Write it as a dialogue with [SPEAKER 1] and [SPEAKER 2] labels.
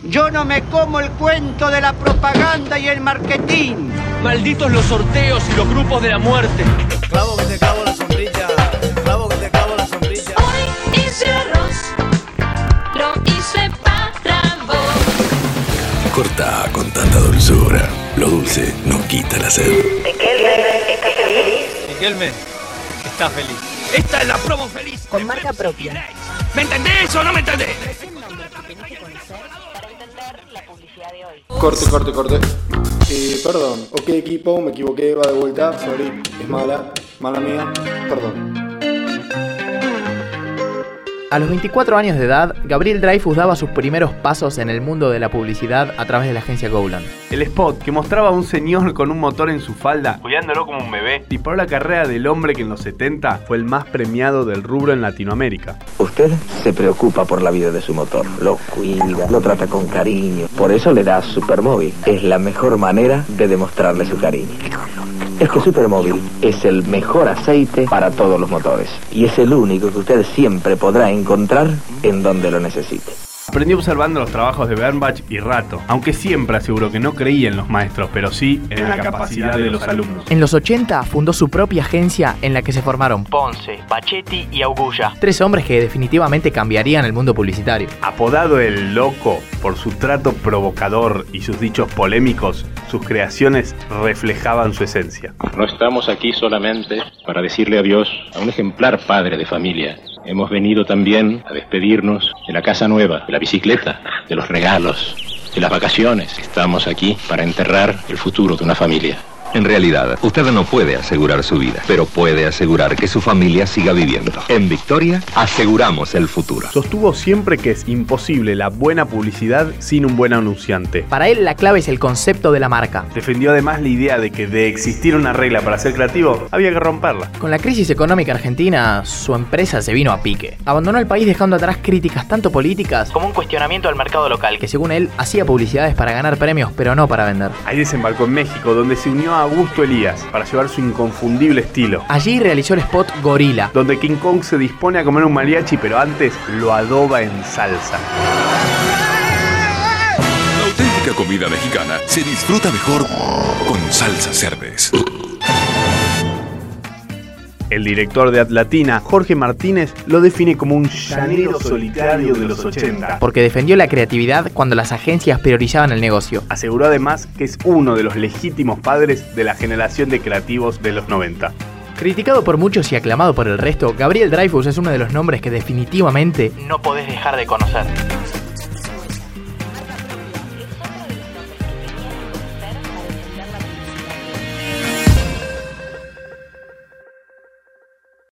[SPEAKER 1] Yo no me como el cuento de la propaganda y el marketing.
[SPEAKER 2] Malditos los sorteos y los grupos de la muerte.
[SPEAKER 3] Clavo que te clavo la sombrilla, clavo que te clavo la sombrilla.
[SPEAKER 4] Hoy hice arroz, lo hice para vos.
[SPEAKER 5] Corta con tanta dulzura. Lo dulce no quita la sed.
[SPEAKER 6] ¿Estás feliz?
[SPEAKER 2] Riquelme está feliz. Esta es la promo feliz.
[SPEAKER 6] Con marca propia.
[SPEAKER 2] ¿Me entendés o no me entendés?
[SPEAKER 6] Para entender la publicidad de hoy.
[SPEAKER 7] Corte. Perdón. Ok, equipo, me equivoqué, va de vuelta. Sorry, es mala mía. Perdón.
[SPEAKER 8] A los 24 años de edad, Gabriel Dreyfus daba sus primeros pasos en el mundo de la publicidad a través de la agencia Gowland.
[SPEAKER 9] El spot que mostraba a un señor con un motor en su falda, cuidándolo como un bebé, disparó la carrera del hombre que en los 70 fue el más premiado del rubro en Latinoamérica.
[SPEAKER 10] Usted se preocupa por la vida de su motor, lo cuida, lo trata con cariño, por eso le da Supermóvil. Es la mejor manera de demostrarle su cariño. Es que Supermóvil es el mejor aceite para todos los motores y es el único que usted siempre podrá encontrar en donde lo necesite.
[SPEAKER 9] Aprendí observando los trabajos de Bernbach y Rato, aunque siempre aseguró que no creía en los maestros, pero sí en la capacidad de los alumnos.
[SPEAKER 8] En los 80 fundó su propia agencia en la que se formaron Ponce, Bachetti y Augulla, 3 hombres que definitivamente cambiarían el mundo publicitario.
[SPEAKER 9] Apodado el Loco por su trato provocador y sus dichos polémicos, sus creaciones reflejaban su esencia.
[SPEAKER 11] No estamos aquí solamente para decirle adiós a un ejemplar padre de familia. Hemos venido también a despedirnos de la casa nueva, de la bicicleta, de los regalos, de las vacaciones. Estamos aquí para enterrar el futuro de una familia.
[SPEAKER 5] En realidad, usted no puede asegurar su vida, pero puede asegurar que su familia siga viviendo. En Victoria, aseguramos el futuro.
[SPEAKER 9] Sostuvo siempre que es imposible la buena publicidad sin un buen anunciante.
[SPEAKER 8] Para él, la clave es el concepto de la marca.
[SPEAKER 9] Defendió además la idea de que de existir una regla para ser creativo, había que romperla.
[SPEAKER 8] Con la crisis económica argentina, su empresa se vino a pique. Abandonó el país dejando atrás críticas tanto políticas como un cuestionamiento al mercado local, que según él, hacía publicidades para ganar premios, pero no para vender.
[SPEAKER 9] Ahí desembarcó en México, donde se unió a Augusto Elías para llevar su inconfundible estilo.
[SPEAKER 8] Allí realizó el spot Gorila,
[SPEAKER 9] donde King Kong se dispone a comer un mariachi, pero antes lo adoba en salsa.
[SPEAKER 5] La auténtica comida mexicana se disfruta mejor con salsa Cerdes.
[SPEAKER 9] El director de Atlatina, Jorge Martínez, lo define como un llanero solitario de los 80.
[SPEAKER 8] Porque defendió la creatividad cuando las agencias priorizaban el negocio.
[SPEAKER 9] Aseguró además que es uno de los legítimos padres de la generación de creativos de los 90.
[SPEAKER 8] Criticado por muchos y aclamado por el resto, Gabriel Dreyfus es uno de los nombres que definitivamente no podés dejar de conocer.